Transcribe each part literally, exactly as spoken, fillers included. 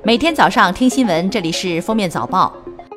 每天早上听新闻，这里是封面早报。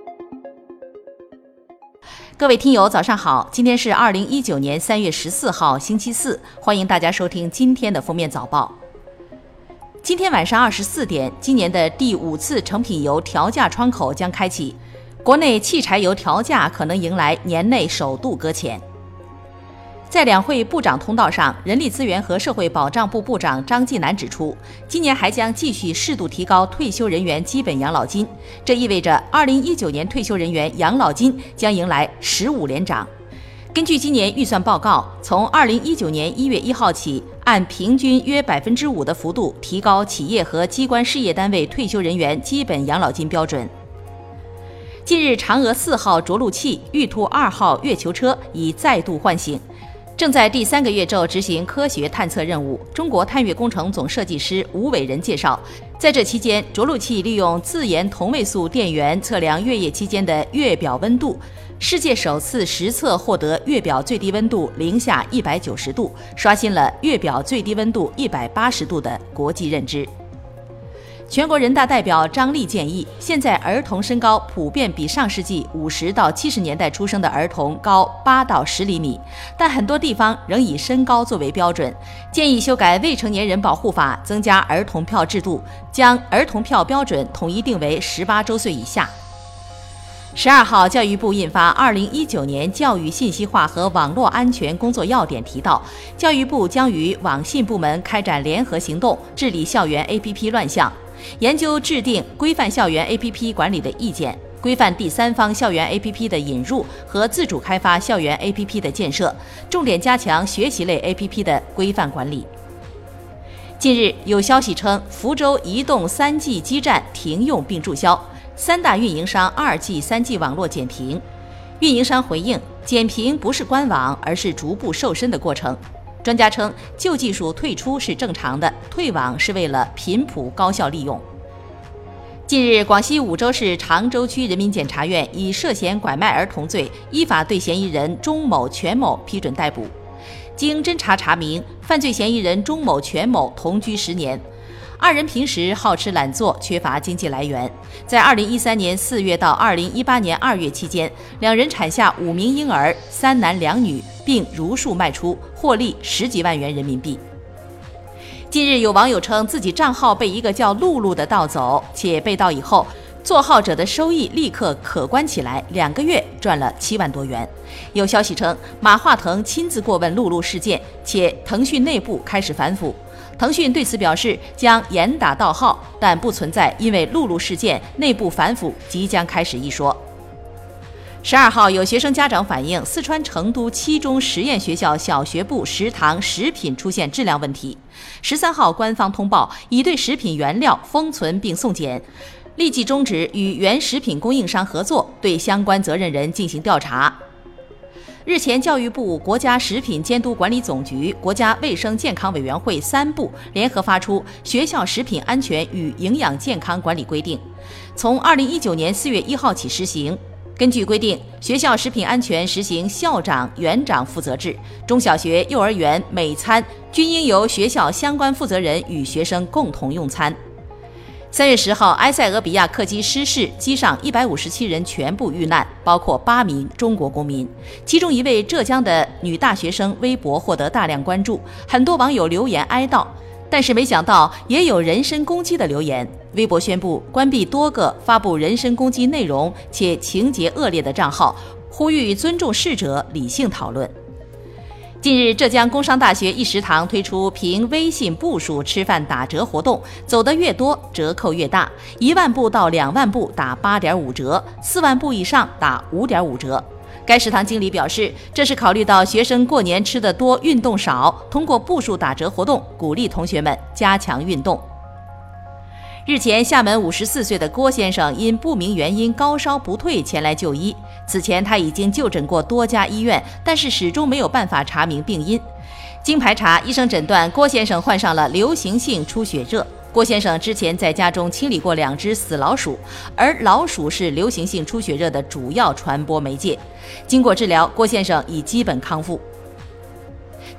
各位听友早上好，今天是二零一九年三月十四号星期四，欢迎大家收听今天的封面早报。今天晚上二十四点，今年的第五次成品油调价窗口将开启，国内汽柴油调价可能迎来年内首度搁浅。在两会部长通道上，人力资源和社会保障部部长张继南指出，今年还将继续适度提高退休人员基本养老金，这意味着二零一九年退休人员养老金将迎来十五连涨。根据今年预算报告，从二零一九年一月一号起，按平均约百分之五的幅度提高企业和机关事业单位退休人员基本养老金标准。近日，嫦娥四号着陆器、玉兔二号月球车已再度唤醒，正在第三个月昼执行科学探测任务。中国探月工程总设计师吴伟仁介绍，在这期间，着陆器利用自研同位素电源测量月夜期间的月表温度，世界首次实测获得月表最低温度零下一百九十度，刷新了月表最低温度一百八十度的国际认知。全国人大代表张丽建议，现在儿童身高普遍比上世纪五十到七十年代出生的儿童高八到十厘米，但很多地方仍以身高作为标准，建议修改未成年人保护法，增加儿童票制度，将儿童票标准统一定为十八周岁以下。十二号，教育部印发《二零一九年教育信息化和网络安全工作要点》，提到，教育部将与网信部门开展联合行动，治理校园 A P P 乱象，研究制定规范校园 A P P 管理的意见，规范第三方校园 A P P 的引入和自主开发校园 A P P 的建设，重点加强学习类 A P P 的规范管理。近日，有消息称，福州移动 三 G 基站停用并注销，三大运营商 二 G、三 G 网络减频。运营商回应，减频不是关网，而是逐步瘦身的过程。专家称，旧技术退出是正常的，退网是为了频谱高效利用。近日，广西五州市常州区人民检察院以涉嫌拐卖儿童罪，依法对嫌疑人钟某、全某批准逮捕。经侦查查明，犯罪嫌疑人钟某、全某同居十年，二人平时好吃懒做，缺乏经济来源。在二零一三年四月到二零一八年二月期间，两人产下五名婴儿，三男两女，并如数卖出，获利十几万元人民币。近日，有网友称自己账号被一个叫露露的盗走，且被盗以后，做号者的收益立刻可观起来，两个月赚了七万多元。有消息称，马化腾亲自过问露露事件，且腾讯内部开始反腐。腾讯对此表示将严打盗号，但不存在因为露露事件内部反腐即将开始一说。十二号，有学生家长反映，四川成都七中实验学校小学部食堂食品出现质量问题。十三号，官方通报已对食品原料封存并送检，立即终止与原食品供应商合作，对相关责任人进行调查。日前，教育部、国家食品监督管理总局、国家卫生健康委员会三部联合发出《学校食品安全与营养健康管理规定》，从二零一九年四月一号起施行。根据规定，学校食品安全实行校长、园长负责制，中小学、幼儿园每餐均应由学校相关负责人与学生共同用餐。三月十号，埃塞俄比亚客机失事，机上一百五十七人全部遇难，包括八名中国公民。其中一位浙江的女大学生微博获得大量关注，很多网友留言哀悼，但是没想到也有人身攻击的留言。微博宣布关闭多个发布人身攻击内容且情节恶劣的账号，呼吁尊重逝者，理性讨论。近日，浙江工商大学一食堂推出凭微信步数吃饭打折活动，走得越多折扣越大，一万步到两万步打八点五折，四万步以上打五点五折。该食堂经理表示，这是考虑到学生过年吃得多运动少，通过步数打折活动鼓励同学们加强运动。日前，厦门五十四岁的郭先生因不明原因高烧不退前来就医。此前他已经就诊过多家医院，但是始终没有办法查明病因。经排查，医生诊断郭先生患上了流行性出血热。郭先生之前在家中清理过两只死老鼠，而老鼠是流行性出血热的主要传播媒介。经过治疗，郭先生已基本康复。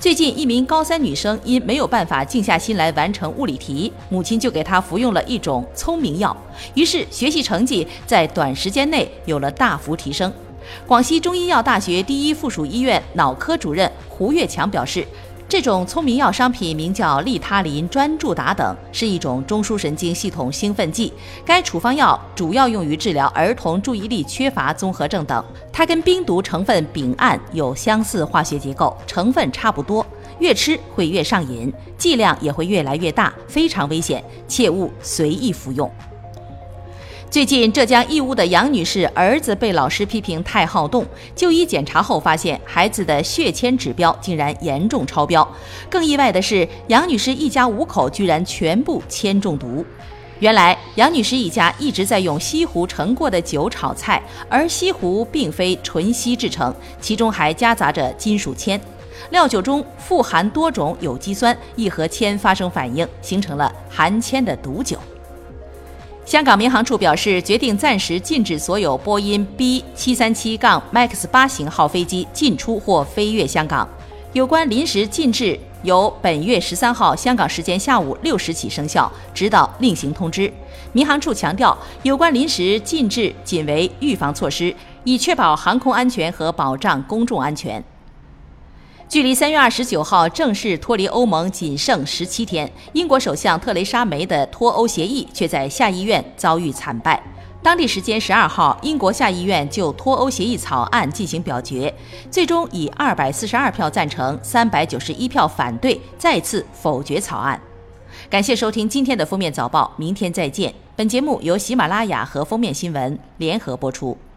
最近，一名高三女生因没有办法静下心来完成物理题，母亲就给她服用了一种聪明药，于是学习成绩在短时间内有了大幅提升。广西中医药大学第一附属医院脑科主任胡跃强表示，这种聪明药商品名叫利他林专注达等，是一种中枢神经系统兴奋剂。该处方药主要用于治疗儿童注意力缺乏综合症等。它跟冰毒成分丙胺有相似化学结构，成分差不多，越吃会越上瘾，剂量也会越来越大，非常危险，切勿随意服用。最近，浙江义乌的杨女士儿子被老师批评太好动，就医检查后发现孩子的血铅指标竟然严重超标。更意外的是，杨女士一家五口居然全部铅中毒。原来，杨女士一家一直在用西湖盛过的酒炒菜，而西湖并非纯锡制成，其中还夹杂着金属铅。料酒中富含多种有机酸，易和铅发生反应，形成了含铅的毒酒。香港民航处表示，决定暂时禁止所有波音 B 七三七 MAX 八型号飞机进出或飞越香港。有关临时禁制由本月十三号香港时间下午六时起生效，直到另行通知。民航处强调，有关临时禁制仅为预防措施，以确保航空安全和保障公众安全。距离三月二十九号正式脱离欧盟仅剩十七天，英国首相特蕾莎梅的脱欧协议却在下议院遭遇惨败。当地时间十二号，英国下议院就脱欧协议草案进行表决，最终以二百四十二票赞成、三百九十一票反对，再次否决草案。感谢收听今天的封面早报，明天再见。本节目由喜马拉雅和封面新闻联合播出。